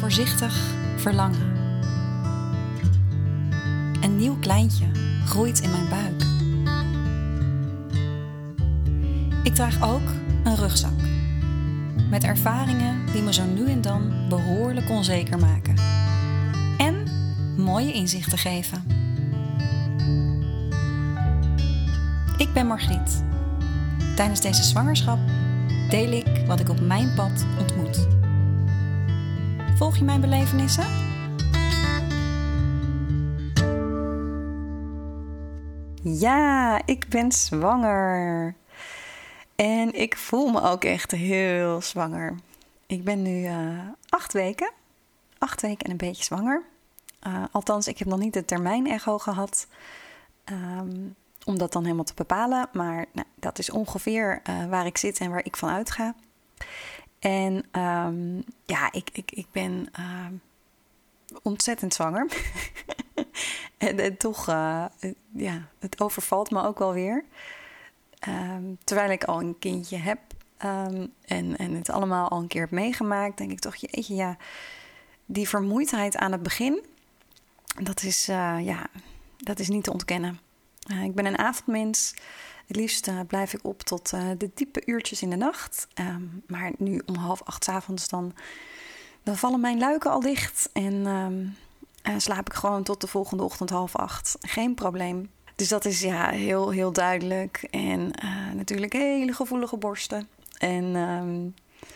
voorzichtig verlangen. Een nieuw kleintje groeit in mijn buik. Ik draag ook een rugzak. Met ervaringen die me zo nu en dan behoorlijk onzeker maken. En mooie inzichten geven. Ik ben Margriet. Tijdens deze zwangerschap deel ik wat ik op mijn pad ontmoet. Volg je mijn belevenissen? Ja, ik ben zwanger. En ik voel me ook echt heel zwanger. Ik ben nu 8 weken. 8 weken en een beetje zwanger. Althans, ik heb nog niet de termijn-echo gehad. Om dat dan helemaal te bepalen. Maar dat is ongeveer waar ik zit en waar ik van uitga. En ik ben ontzettend zwanger. en toch, het overvalt me ook wel weer. Terwijl ik al een kindje heb en het allemaal al een keer heb meegemaakt, denk ik toch, jeetje, ja, die vermoeidheid aan het begin, dat is niet te ontkennen. Ik ben een avondmens. Het liefst blijf ik op tot de diepe uurtjes in de nacht. Maar nu om 7:30 's avonds dan vallen mijn luiken al dicht. En slaap ik gewoon tot de volgende ochtend 7:30. Geen probleem. Dus dat is heel, heel duidelijk. En natuurlijk hele gevoelige borsten. En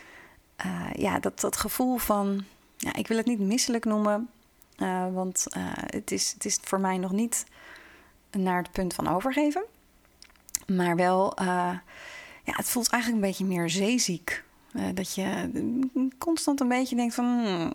dat gevoel van, ik wil het niet misselijk noemen. Want het is voor mij nog niet naar het punt van overgeven. Maar wel, het voelt eigenlijk een beetje meer zeeziek. Dat je constant een beetje denkt van,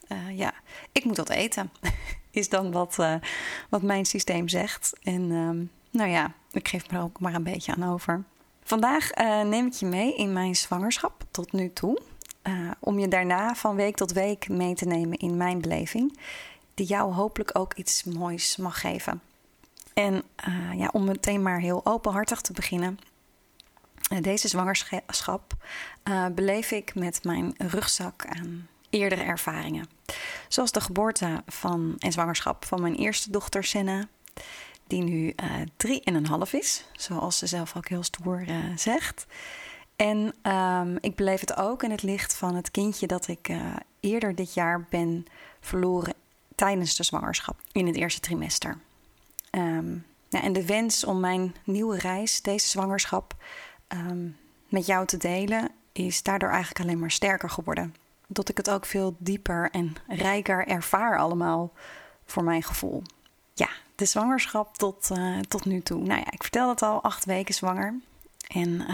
ik moet wat eten. Is dan wat mijn systeem zegt. En ik geef me er ook maar een beetje aan over. Vandaag neem ik je mee in mijn zwangerschap tot nu toe. Om je daarna van week tot week mee te nemen in mijn beleving. Die jou hopelijk ook iets moois mag geven. En om meteen maar heel openhartig te beginnen. Deze zwangerschap beleef ik met mijn rugzak aan eerdere ervaringen. Zoals de geboorte en zwangerschap van mijn eerste dochter Senna. Die nu 3,5 is. Zoals ze zelf ook heel stoer zegt. En ik beleef het ook in het licht van het kindje dat ik eerder dit jaar ben verloren tijdens de zwangerschap. In het eerste trimester. En de wens om mijn nieuwe reis, deze zwangerschap, met jou te delen, is daardoor eigenlijk alleen maar sterker geworden. Dat ik het ook veel dieper en rijker ervaar allemaal voor mijn gevoel. Ja, de zwangerschap tot nu toe. Ik vertelde het al, 8 weken zwanger. En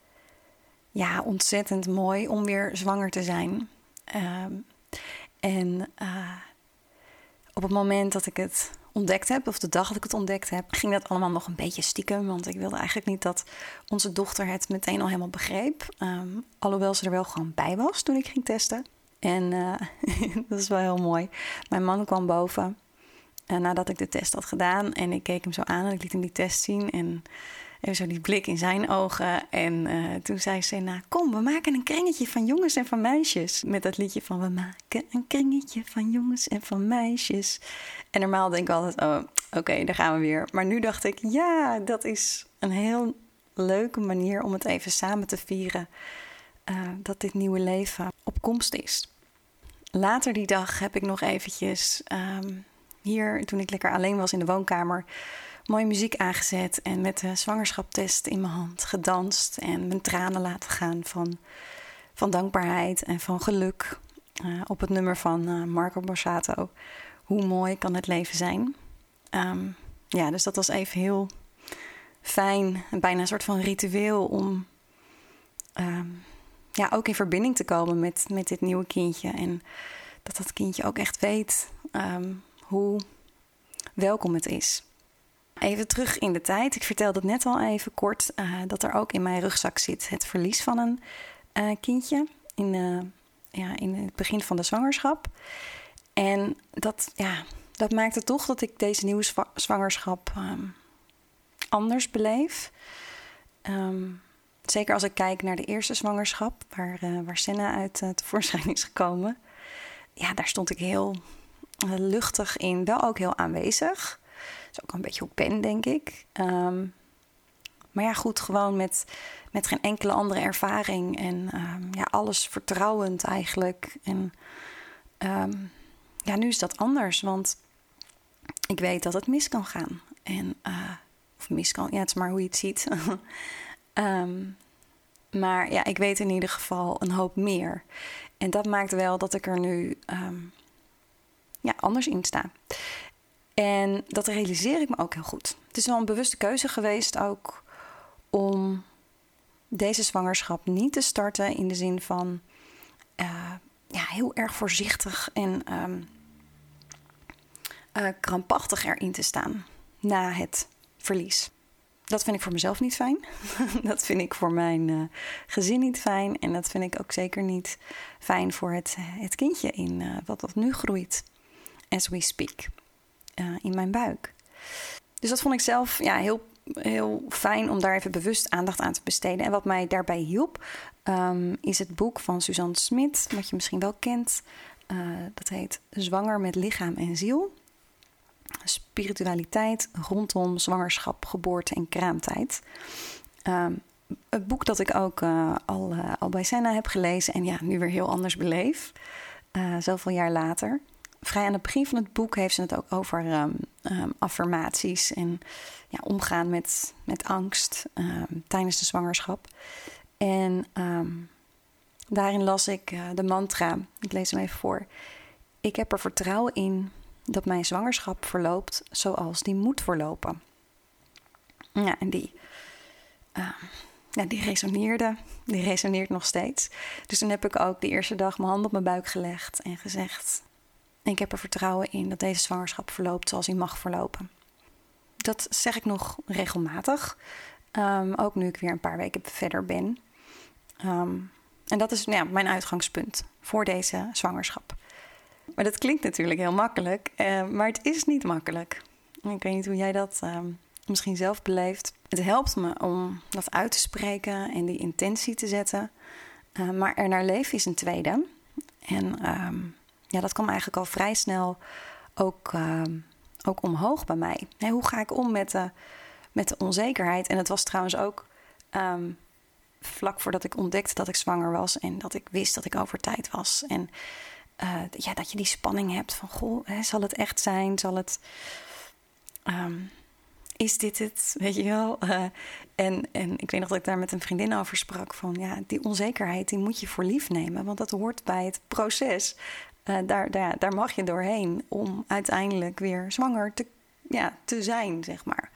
ontzettend mooi om weer zwanger te zijn. Op het moment dat ik het ontdekt heb, of de dag dat ik het ontdekt heb, ging dat allemaal nog een beetje stiekem. Want ik wilde eigenlijk niet dat onze dochter het meteen al helemaal begreep. Alhoewel ze er wel gewoon bij was toen ik ging testen. En dat is wel heel mooi. Mijn man kwam boven nadat ik de test had gedaan. En ik keek hem zo aan en ik liet hem die test zien. En even zo die blik in zijn ogen. En toen zei ze, kom, we maken een kringetje van jongens en van meisjes. Met dat liedje van, we maken een kringetje van jongens en van meisjes. En normaal denk ik altijd, oké, daar gaan we weer. Maar nu dacht ik, ja, dat is een heel leuke manier om het even samen te vieren. Dat dit nieuwe leven op komst is. Later die dag heb ik nog eventjes hier, toen ik lekker alleen was in de woonkamer, mooie muziek aangezet en met de zwangerschapstest in mijn hand gedanst en mijn tranen laten gaan van dankbaarheid en van geluk op het nummer van Marco Borsato. Hoe mooi kan het leven zijn? Dus dat was even heel fijn, bijna een soort van ritueel om ook in verbinding te komen met dit nieuwe kindje. En dat kindje ook echt weet hoe welkom het is. Even terug in de tijd. Ik vertelde het net al even kort dat er ook in mijn rugzak zit het verlies van een kindje in het begin van de zwangerschap. En dat maakte toch dat ik deze nieuwe zwangerschap anders beleef. Zeker als ik kijk naar de eerste zwangerschap, waar Senna uit tevoorschijn is gekomen. ja, daar stond ik heel luchtig in. Wel ook heel aanwezig. Dat is ook een beetje hoe ik ben, denk ik. Maar ja, goed, gewoon met geen enkele andere ervaring. En ja, alles vertrouwend eigenlijk. En ja, nu is dat anders. Want ik weet dat het mis kan gaan. En, of mis kan, ja, het is maar hoe je het ziet. Maar ja, ik weet in ieder geval een hoop meer. En dat maakt wel dat ik er nu ja, anders in sta. En dat realiseer ik me ook heel goed. Het is wel een bewuste keuze geweest ook om deze zwangerschap niet te starten in de zin van ja, heel erg voorzichtig en krampachtig erin te staan na het verlies. Dat vind ik voor mezelf niet fijn. Dat vind ik voor mijn gezin niet fijn. En dat vind ik ook zeker niet fijn voor het kindje in wat nu groeit. As we speak. In mijn buik. Dus dat vond ik zelf ja, heel fijn om daar even bewust aandacht aan te besteden. En wat mij daarbij hielp, is het boek van Suzanne Smit, wat je misschien wel kent. Dat heet Zwanger met lichaam en ziel. Spiritualiteit rondom zwangerschap, geboorte en kraamtijd. Het boek dat ik ook al bij Senna heb gelezen en ja, nu weer heel anders beleef. Zoveel jaar later. Vrij aan het begin van het boek heeft ze het ook over affirmaties en ja, omgaan met angst tijdens de zwangerschap. En daarin las ik de mantra, ik lees hem even voor. Ik heb er vertrouwen in dat mijn zwangerschap verloopt zoals die moet verlopen. Ja, en die resoneert nog steeds. Dus toen heb ik ook de eerste dag mijn hand op mijn buik gelegd en gezegd: ik heb er vertrouwen in dat deze zwangerschap verloopt zoals die mag verlopen. Dat zeg ik nog regelmatig. Ook nu ik weer een paar weken verder ben. En dat is ja, mijn uitgangspunt voor deze zwangerschap. Maar dat klinkt natuurlijk heel makkelijk, maar het is niet makkelijk. Ik weet niet hoe jij dat misschien zelf beleeft. Het helpt me om dat uit te spreken en die intentie te zetten. Maar er naar leven is een tweede. En ja, dat kwam eigenlijk al vrij snel ook omhoog bij mij. Nee, hoe ga ik om met de onzekerheid? En het was trouwens ook vlak voordat ik ontdekte dat ik zwanger was en dat ik wist dat ik over tijd was. En ja, dat je die spanning hebt van, goh, zal het echt zijn? Zal het... is dit het? Weet je wel? En ik weet nog dat ik daar met een vriendin over sprak van, ja, die onzekerheid, die moet je voor lief nemen, want dat hoort bij het proces. Daar mag je doorheen om uiteindelijk weer zwanger te zijn, zeg maar.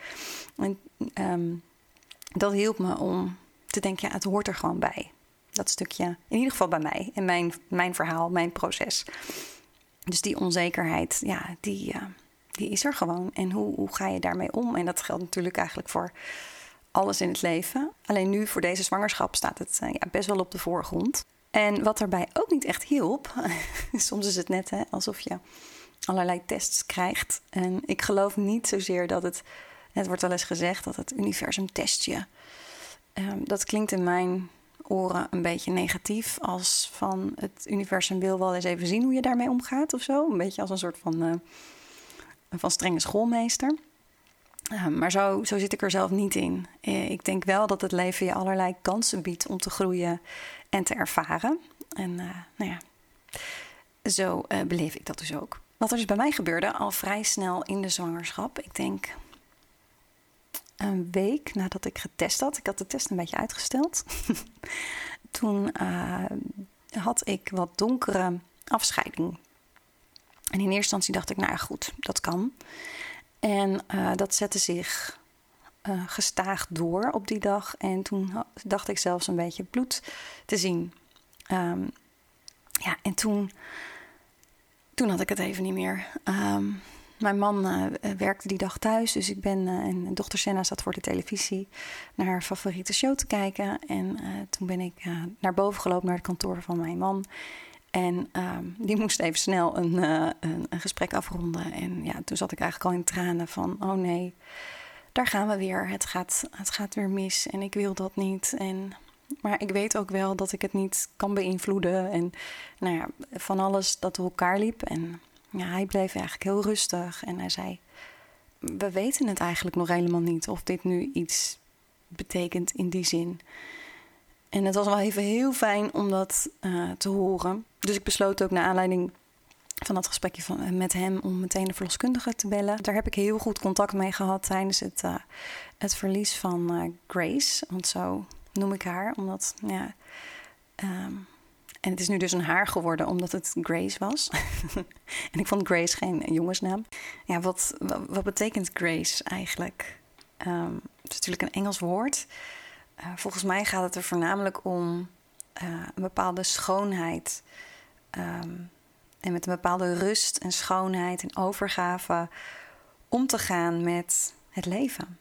En dat hielp me om te denken, ja, het hoort er gewoon bij. Dat stukje, in ieder geval bij mij. En mijn verhaal, mijn proces. Dus die onzekerheid, ja, die is er gewoon. En hoe ga je daarmee om? En dat geldt natuurlijk eigenlijk voor alles in het leven. Alleen nu, voor deze zwangerschap, staat het ja, best wel op de voorgrond. En wat daarbij ook niet echt hielp, soms is het net alsof je allerlei tests krijgt. En ik geloof niet zozeer dat het wordt wel eens gezegd dat het universum test je. Dat klinkt in mijn oren een beetje negatief, als van het universum wil wel eens even zien hoe je daarmee omgaat of zo. Een beetje als een soort van strenge schoolmeester. Maar zo zit ik er zelf niet in. Ik denk wel dat het leven je allerlei kansen biedt om te groeien en te ervaren. En nou ja, zo beleef ik dat dus ook. Wat er dus bij mij gebeurde al vrij snel in de zwangerschap. Ik denk een week nadat ik getest had. Ik had de test een beetje uitgesteld. Toen had ik wat donkere afscheiding. En in eerste instantie dacht ik, nou ja, goed, dat kan. En dat zette zich gestaag door op die dag. En toen dacht ik zelfs een beetje bloed te zien. Ja, en toen had ik het even niet meer. Mijn man werkte die dag thuis. Dus ik ben, en dochter Senna zat voor de televisie naar haar favoriete show te kijken. En toen ben ik naar boven gelopen naar het kantoor van mijn man. En die moest even snel een gesprek afronden. En ja, toen zat ik eigenlijk al in tranen van, oh nee, daar gaan we weer. Het gaat weer mis en ik wil dat niet. En Maar ik weet ook wel dat ik het niet kan beïnvloeden. En nou ja, van alles dat door elkaar liep. En ja, hij bleef eigenlijk heel rustig. En hij zei, we weten het eigenlijk nog helemaal niet of dit nu iets betekent in die zin. En het was wel even heel fijn om dat te horen. Dus ik besloot ook naar aanleiding van dat gesprekje met hem om meteen de verloskundige te bellen. Daar heb ik heel goed contact mee gehad tijdens het verlies van Grace. Want zo noem ik haar, omdat ja, en het is nu dus een haar geworden omdat het Grace was. En ik vond Grace geen jongensnaam. Ja, wat betekent Grace eigenlijk? Het is natuurlijk een Engels woord. Volgens mij gaat het er voornamelijk om een bepaalde schoonheid. En met een bepaalde rust en schoonheid en overgave om te gaan met het leven.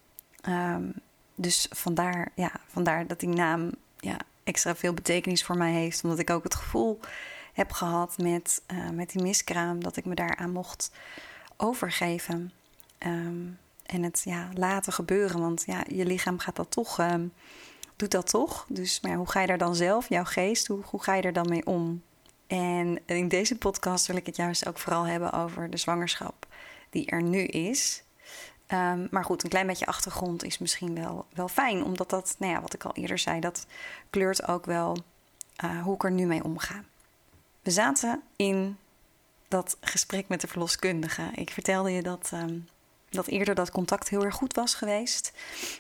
Dus vandaar dat die naam extra veel betekenis voor mij heeft. Omdat ik ook het gevoel heb gehad met die miskraam dat ik me daaraan mocht overgeven. En het laten gebeuren. Want ja, je lichaam gaat dat toch, doet dat toch. Dus maar hoe ga je daar dan zelf, jouw geest, hoe ga je er dan mee om? En in deze podcast wil ik het juist ook vooral hebben over de zwangerschap die er nu is. Maar goed, een klein beetje achtergrond is misschien wel fijn. Omdat dat, wat ik al eerder zei, dat kleurt ook wel hoe ik er nu mee omga. We zaten in dat gesprek met de verloskundige. Ik vertelde je dat eerder dat contact heel erg goed was geweest.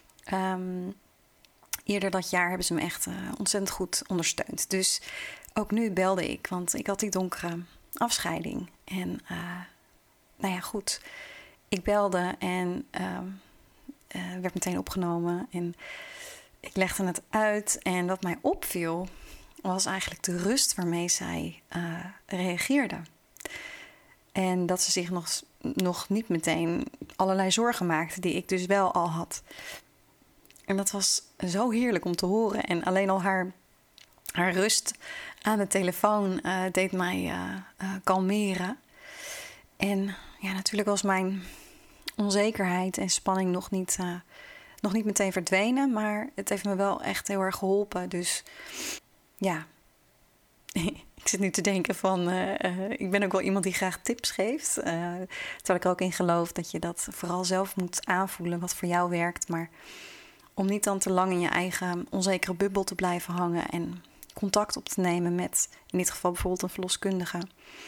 Eerder dat jaar hebben ze me echt ontzettend goed ondersteund. Dus ook nu belde ik, want ik had die donkere afscheiding. En goed, ik belde en werd meteen opgenomen. En ik legde het uit. En wat mij opviel was eigenlijk de rust waarmee zij reageerde. En dat ze zich nog niet meteen allerlei zorgen maakte die ik dus wel al had. En dat was zo heerlijk om te horen. En alleen al haar rust aan de telefoon deed mij kalmeren. En ja, natuurlijk was mijn onzekerheid en spanning nog niet meteen verdwenen. Maar het heeft me wel echt heel erg geholpen. Dus ja, ik zit nu te denken van, ik ben ook wel iemand die graag tips geeft. Terwijl ik er ook in geloof dat je dat vooral zelf moet aanvoelen wat voor jou werkt. Maar om niet dan te lang in je eigen onzekere bubbel te blijven hangen en contact op te nemen met, in dit geval bijvoorbeeld een verloskundige,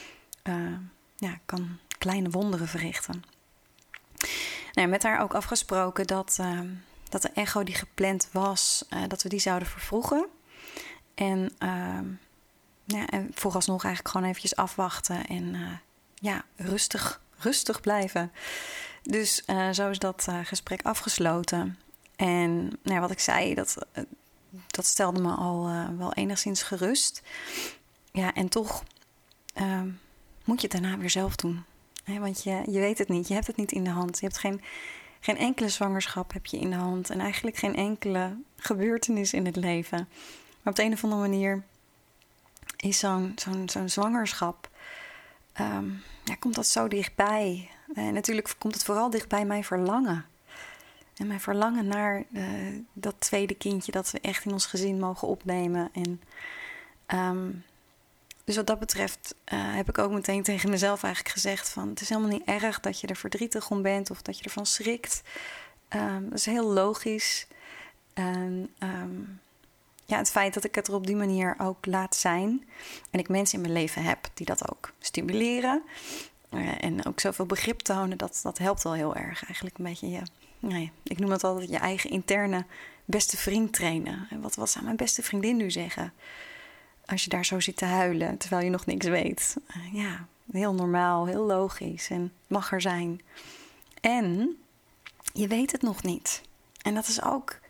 kan kleine wonderen verrichten. Met haar ook afgesproken dat de echo die gepland was, dat we die zouden vervroegen. En vooralsnog eigenlijk gewoon eventjes afwachten en rustig blijven. Dus zo is dat gesprek afgesloten. En wat ik zei, dat stelde me al wel enigszins gerust. Ja, en toch moet je het daarna weer zelf doen. Want je weet het niet, je hebt het niet in de hand. Je hebt geen enkele zwangerschap heb je in de hand. En eigenlijk geen enkele gebeurtenis in het leven. Maar op de een of andere manier is zo'n zwangerschap, komt dat zo dichtbij. En natuurlijk komt het vooral dichtbij mijn verlangen. En mijn verlangen naar dat tweede kindje dat we echt in ons gezin mogen opnemen. En dus wat dat betreft heb ik ook meteen tegen mezelf eigenlijk gezegd van, het is helemaal niet erg dat je er verdrietig om bent of dat je ervan schrikt. Dat is heel logisch. En het feit dat ik het er op die manier ook laat zijn en ik mensen in mijn leven heb die dat ook stimuleren en ook zoveel begrip tonen, dat helpt wel heel erg. Eigenlijk een beetje ik noem het altijd je eigen interne beste vriend trainen. En wat zou mijn beste vriendin nu zeggen als je daar zo zit te huilen terwijl je nog niks weet? Heel normaal, heel logisch en mag er zijn. En je weet het nog niet. En dat is ook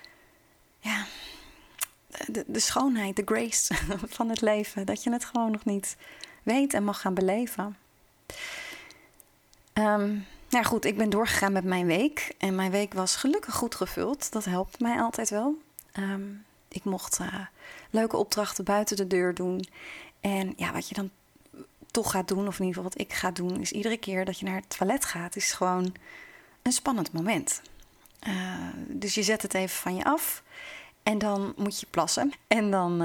de schoonheid, de grace van het leven. Dat je het gewoon nog niet weet en mag gaan beleven. Goed, ik ben doorgegaan met mijn week. En mijn week was gelukkig goed gevuld. Dat helpt mij altijd wel. Ik mocht leuke opdrachten buiten de deur doen. En wat je dan toch gaat doen, of in ieder geval wat ik ga doen, is iedere keer dat je naar het toilet gaat, is gewoon een spannend moment. Dus je zet het even van je af. En dan moet je plassen. En dan,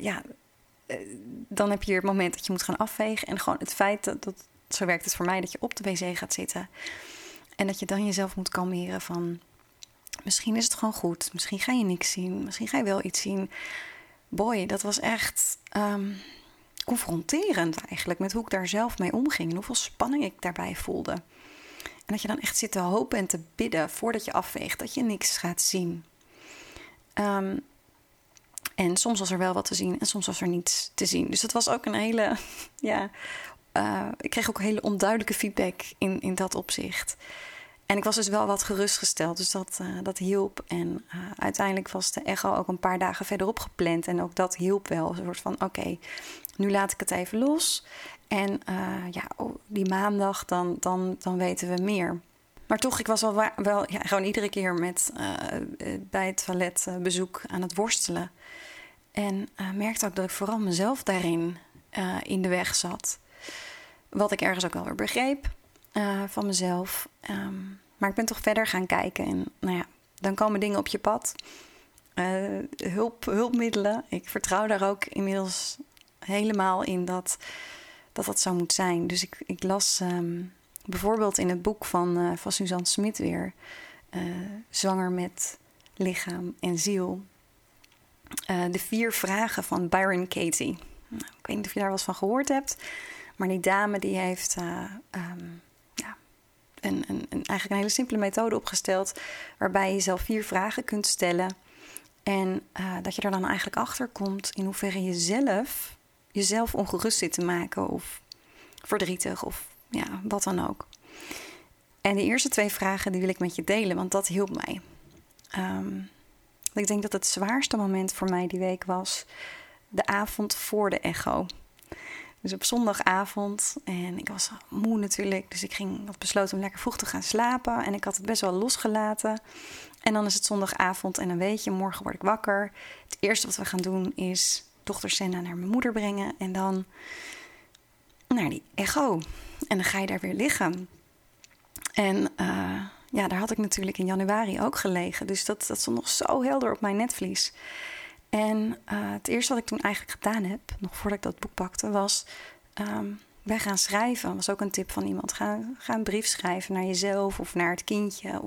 dan heb je het moment dat je moet gaan afvegen. En gewoon het feit dat zo werkt het voor mij, dat je op de wc gaat zitten. En dat je dan jezelf moet kalmeren van, misschien is het gewoon goed. Misschien ga je niks zien. Misschien ga je wel iets zien. Boy, dat was echt confronterend eigenlijk met hoe ik daar zelf mee omging. En hoeveel spanning ik daarbij voelde. En dat je dan echt zit te hopen en te bidden voordat je afweegt. Dat je niks gaat zien. En soms was er wel wat te zien en soms was er niets te zien. Dus dat was ook een hele, ik kreeg ook hele onduidelijke feedback in dat opzicht. En ik was dus wel wat gerustgesteld, dus dat hielp. En uiteindelijk was de echo ook een paar dagen verderop gepland. En ook dat hielp wel, een soort van, oké, nu laat ik het even los. En die maandag, dan weten we meer. Maar toch, ik was wel gewoon iedere keer bij het toiletbezoek aan het worstelen. En merkte ook dat ik vooral mezelf daarin in de weg zat. Wat ik ergens ook wel weer begreep van mezelf. Maar ik ben toch verder gaan kijken. En dan komen dingen op je pad. Hulpmiddelen. Ik vertrouw daar ook inmiddels helemaal in dat zo moet zijn. Dus ik las bijvoorbeeld in het boek van Suzanne Smit weer. Zwanger met lichaam en ziel. De 4 vragen van Byron Katie. Nou, ik weet niet of je daar wel eens van gehoord hebt. Maar die dame die heeft eigenlijk een hele simpele methode opgesteld. Waarbij je jezelf 4 vragen kunt stellen. En dat je er dan eigenlijk achter komt in hoeverre je jezelf ongerust zit te maken. Of verdrietig of wat dan ook. En de eerste 2 vragen die wil ik met je delen. Want dat hielp mij. Ik denk dat het zwaarste moment voor mij die week was de avond voor de echo. Dus op zondagavond. En ik was moe natuurlijk. Dus ik had besloten om lekker vroeg te gaan slapen. En ik had het best wel losgelaten. En dan is het zondagavond. En dan weet je, morgen word ik wakker. Het eerste wat we gaan doen is dochter Senna naar mijn moeder brengen. En dan naar die echo. En dan ga je daar weer liggen. En daar had ik natuurlijk in januari ook gelegen. Dus dat stond nog zo helder op mijn netvlies. En het eerste wat ik toen eigenlijk gedaan heb, nog voordat ik dat boek pakte, was wij gaan schrijven. Dat was ook een tip van iemand. Ga een brief schrijven naar jezelf of naar het kindje.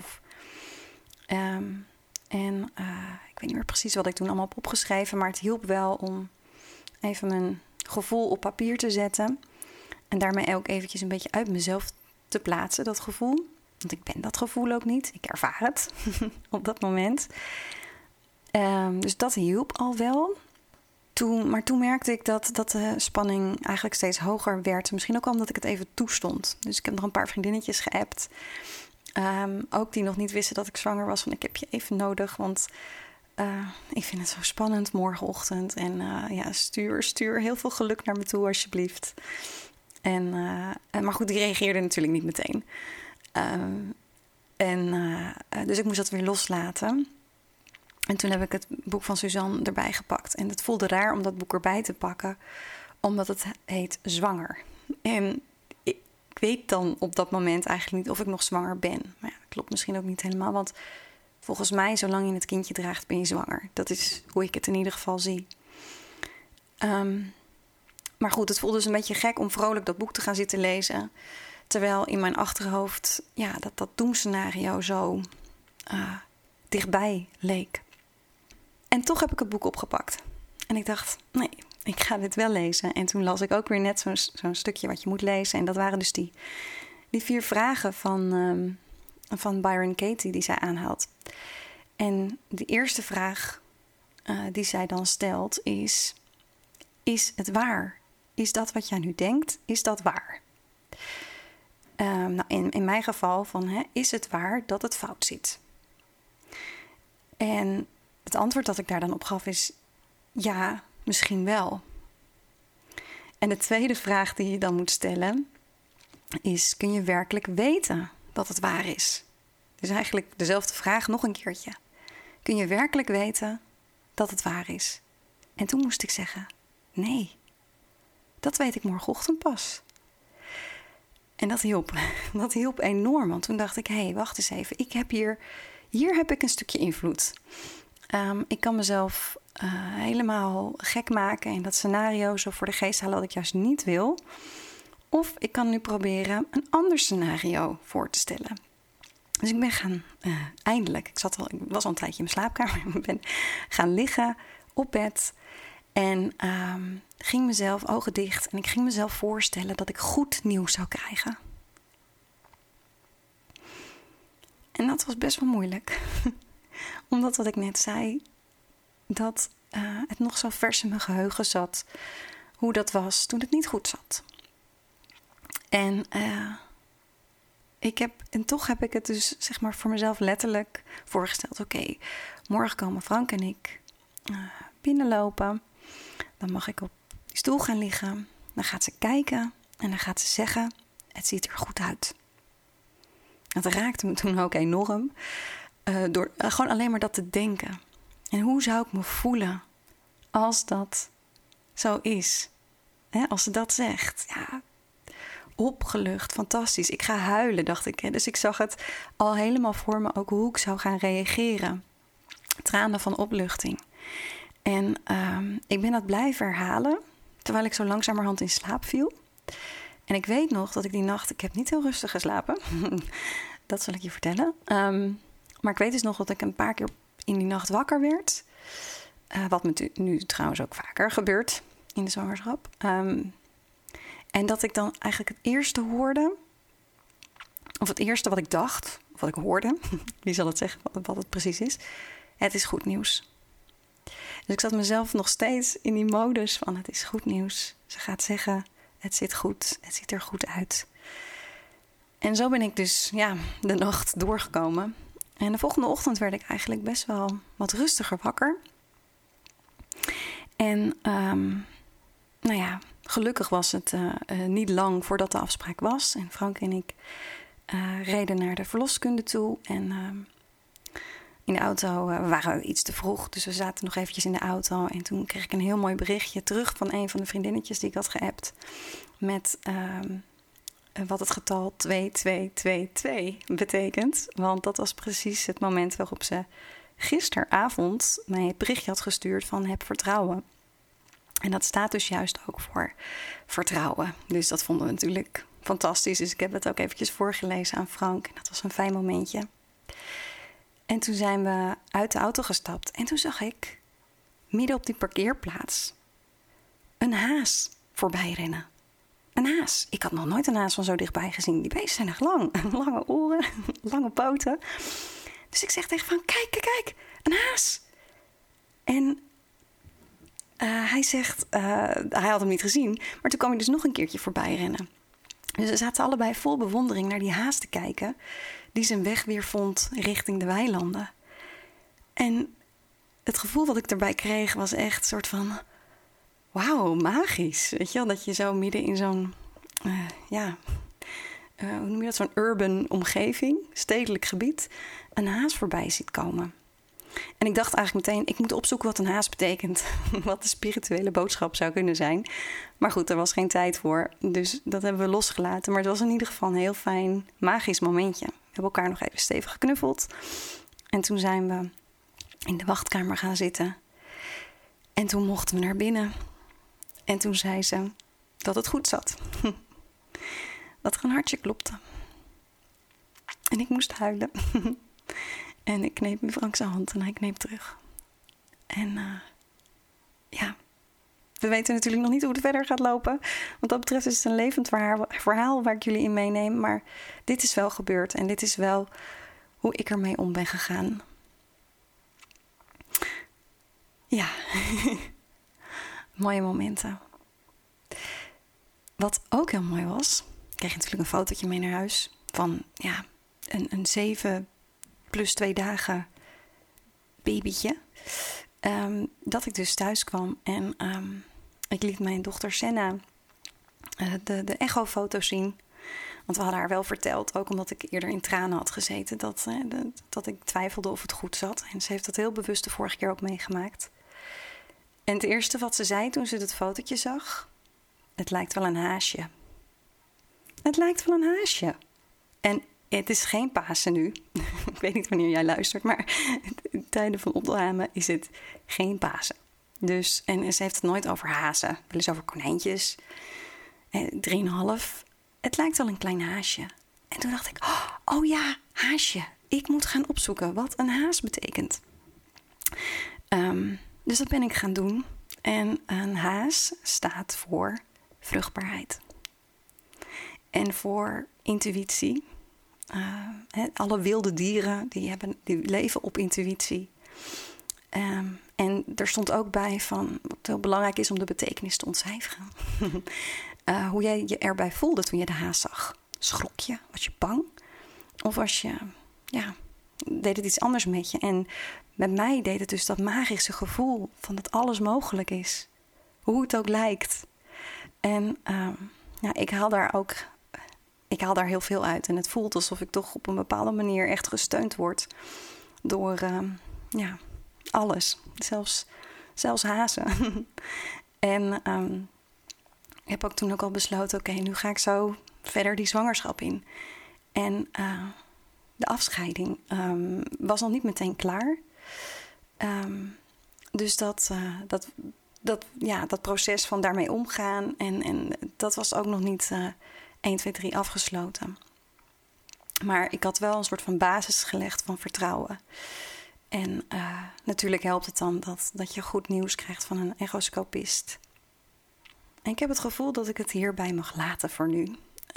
Ik weet niet meer precies wat ik toen allemaal heb opgeschreven, maar het hielp wel om even mijn gevoel op papier te zetten. En daarmee ook eventjes een beetje uit mezelf te plaatsen, dat gevoel. Want ik ben dat gevoel ook niet. Ik ervaar het op dat moment. Dus dat hielp al wel. Maar toen merkte ik dat de spanning eigenlijk steeds hoger werd. Misschien ook omdat ik het even toestond. Dus ik heb nog een paar vriendinnetjes geappt. Ook die nog niet wisten dat ik zwanger was. Van ik heb je even nodig, want ik vind het zo spannend morgenochtend. En stuur heel veel geluk naar me toe alsjeblieft. Maar goed, die reageerde natuurlijk niet meteen. Dus ik moest dat weer loslaten. En toen heb ik het boek van Suzanne erbij gepakt. En het voelde raar om dat boek erbij te pakken, omdat het heet Zwanger. En ik weet dan op dat moment eigenlijk niet of ik nog zwanger ben. Maar dat klopt misschien ook niet helemaal, want volgens mij, zolang je het kindje draagt, ben je zwanger. Dat is hoe ik het in ieder geval zie. Maar goed, het voelde dus een beetje gek om vrolijk dat boek te gaan zitten lezen. Terwijl in mijn achterhoofd dat doemscenario zo dichtbij leek. En toch heb ik het boek opgepakt. En ik dacht, nee, ik ga dit wel lezen. En toen las ik ook weer net zo'n stukje wat je moet lezen. En dat waren dus die 4 vragen van Byron Katie die zij aanhaalt. En de eerste vraag die zij dan stelt is het waar? Is dat wat jij nu denkt? Is dat waar? In mijn geval is het waar dat het fout zit? En het antwoord dat ik daar dan op gaf is ja, misschien wel. En de tweede vraag die je dan moet stellen is: kun je werkelijk weten dat het waar is? Dus eigenlijk dezelfde vraag nog een keertje. Kun je werkelijk weten dat het waar is? En toen moest ik zeggen: nee, dat weet ik morgenochtend pas. En dat hielp. Dat hielp enorm. Want toen dacht ik, wacht eens even. Ik heb hier heb ik een stukje invloed. ik kan mezelf helemaal gek maken en dat scenario zo voor de geest halen wat ik juist niet wil. Of ik kan nu proberen een ander scenario voor te stellen. Dus ik ben gaan, eindelijk, ik was al een tijdje in mijn slaapkamer. Ik ben gaan liggen op bed en ging mezelf ogen dicht. En ik ging mezelf voorstellen dat ik goed nieuws zou krijgen. En dat was best wel moeilijk. Omdat wat ik net zei, dat het nog zo vers in mijn geheugen zat. Hoe dat was toen het niet goed zat. En toch heb ik het dus zeg maar voor mezelf letterlijk voorgesteld. Oké, morgen komen Frank en ik binnenlopen. Dan mag ik op die stoel gaan liggen. Dan gaat ze kijken en dan gaat ze zeggen, het ziet er goed uit. Dat raakte me toen ook enorm. Door gewoon alleen maar dat te denken. En hoe zou ik me voelen als dat zo is? Als ze dat zegt. Ja, opgelucht, fantastisch. Ik ga huilen, dacht ik. Dus ik zag het al helemaal voor me, ook hoe ik zou gaan reageren. Tranen van opluchting. En ik ben dat blijven herhalen, terwijl ik zo langzamerhand in slaap viel. En ik weet nog dat ik die nacht, ik heb niet heel rustig geslapen. Dat zal ik je vertellen. Maar ik weet dus nog dat ik een paar keer in die nacht wakker werd. Wat me nu trouwens ook vaker gebeurt in de zwangerschap. En dat ik dan eigenlijk het eerste hoorde, of het eerste wat ik dacht, of wat ik hoorde, wie zal het zeggen wat het precies is, het is goed nieuws. Dus ik zat mezelf nog steeds in die modus van het is goed nieuws. Ze gaat zeggen, het zit goed, het ziet er goed uit. En zo ben ik dus de nacht doorgekomen. En de volgende ochtend werd ik eigenlijk best wel wat rustiger wakker. En gelukkig was het niet lang voordat de afspraak was. En Frank en ik reden naar de verloskunde toe. En in de auto waren we iets te vroeg. Dus we zaten nog eventjes in de auto. En toen kreeg ik een heel mooi berichtje terug van een van de vriendinnetjes die ik had geappt. Met wat het getal 2222 betekent. Want dat was precies het moment waarop ze gisteravond mij het berichtje had gestuurd van heb vertrouwen. En dat staat dus juist ook voor vertrouwen. Dus dat vonden we natuurlijk fantastisch. Dus ik heb het ook eventjes voorgelezen aan Frank. En dat was een fijn momentje. En toen zijn we uit de auto gestapt. En toen zag ik midden op die parkeerplaats een haas voorbij rennen. Een haas. Ik had nog nooit een haas van zo dichtbij gezien. Die beesten zijn echt lang. Lange oren, lange poten. Dus ik zeg tegen Frank, kijk, een haas. En hij zegt, hij had hem niet gezien. Maar toen kwam hij dus nog een keertje voorbij rennen. Dus we zaten allebei vol bewondering naar die haas te kijken, die zijn weg weer vond richting de weilanden. En het gevoel wat ik erbij kreeg was echt een soort van, wauw, magisch. Weet je wel, dat je zo midden in zo'n, hoe noem je dat, zo'n urban omgeving, stedelijk gebied, een haas voorbij ziet komen. En ik dacht eigenlijk meteen, ik moet opzoeken wat een haas betekent. Wat de spirituele boodschap zou kunnen zijn. Maar goed, er was geen tijd voor. Dus dat hebben we losgelaten. Maar het was in ieder geval een heel fijn, magisch momentje. We hebben elkaar nog even stevig geknuffeld. En toen zijn we in de wachtkamer gaan zitten. En toen mochten we naar binnen. En toen zei ze dat het goed zat. Dat er een hartje klopte. En ik moest huilen. En ik kneep Frank zijn hand en hij kneep terug. En we weten natuurlijk nog niet hoe het verder gaat lopen. Wat dat betreft is het een levend verhaal waar ik jullie in meeneem. Maar dit is wel gebeurd en dit is wel hoe ik ermee om ben gegaan. Ja, mooie momenten. Wat ook heel mooi was, ik kreeg natuurlijk een fotootje mee naar huis van een 7 plus 2 dagen babytje. Dat ik dus thuis kwam en ik liet mijn dochter Senna de echofoto's zien. Want we hadden haar wel verteld, ook omdat ik eerder in tranen had gezeten, dat ik twijfelde of het goed zat. En ze heeft dat heel bewust de vorige keer ook meegemaakt. En het eerste wat ze zei toen ze het fotootje zag, het lijkt wel een haasje. Het lijkt wel een haasje. En het is geen Pasen nu. Ik weet niet wanneer jij luistert, maar in tijden van opnamen is het geen Pasen. Dus, en ze heeft het nooit over hazen, wel eens over konijntjes. 3,5. Het lijkt wel een klein haasje. En toen dacht ik, oh ja, haasje. Ik moet gaan opzoeken wat een haas betekent. Dus dat ben ik gaan doen. En een haas staat voor vruchtbaarheid. En voor intuïtie. Alle wilde dieren die leven op intuïtie. En er stond ook bij van wat heel belangrijk is om de betekenis te ontcijferen. Hoe jij je erbij voelde toen je de haas zag. Schrok je? Was je bang? Of deed het iets anders met je? En met mij deed het dus dat magische gevoel van dat alles mogelijk is. Hoe het ook lijkt. En ik haal daar heel veel uit. En het voelt alsof ik toch op een bepaalde manier echt gesteund word door alles. Zelfs hazen. En ik heb ook toen ook al besloten, oké, nu ga ik zo verder die zwangerschap in. En de afscheiding was nog niet meteen klaar. Dus dat proces van daarmee omgaan. En dat was ook nog niet 1, 2, 3 afgesloten. Maar ik had wel een soort van basis gelegd van vertrouwen. En natuurlijk helpt het dan dat je goed nieuws krijgt van een echoscopist. En ik heb het gevoel dat ik het hierbij mag laten voor nu.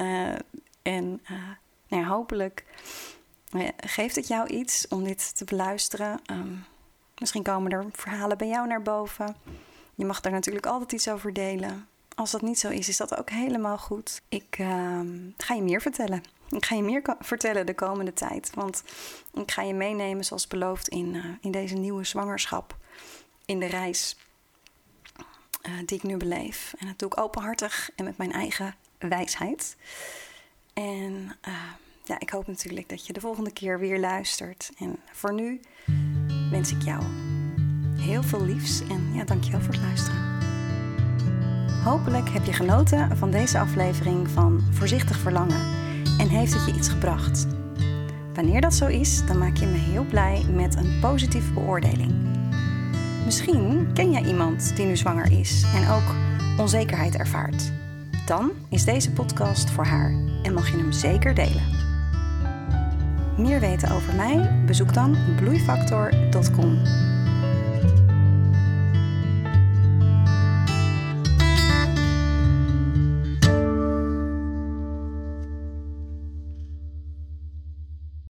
Hopelijk geeft het jou iets om dit te beluisteren. Misschien komen er verhalen bij jou naar boven. Je mag daar natuurlijk altijd iets over delen. Als dat niet zo is, is dat ook helemaal goed. Ik ga je meer vertellen. Ik ga je meer vertellen de komende tijd. Want ik ga je meenemen zoals beloofd in deze nieuwe zwangerschap. In de reis die ik nu beleef. En dat doe ik openhartig en met mijn eigen wijsheid. En ik hoop natuurlijk dat je de volgende keer weer luistert. En voor nu wens ik jou heel veel liefs. En dankjewel voor het luisteren. Hopelijk heb je genoten van deze aflevering van Voorzichtig Verlangen. En heeft het je iets gebracht? Wanneer dat zo is, dan maak je me heel blij met een positieve beoordeling. Misschien ken jij iemand die nu zwanger is en ook onzekerheid ervaart. Dan is deze podcast voor haar en mag je hem zeker delen. Meer weten over mij? Bezoek dan bloeifactor.com.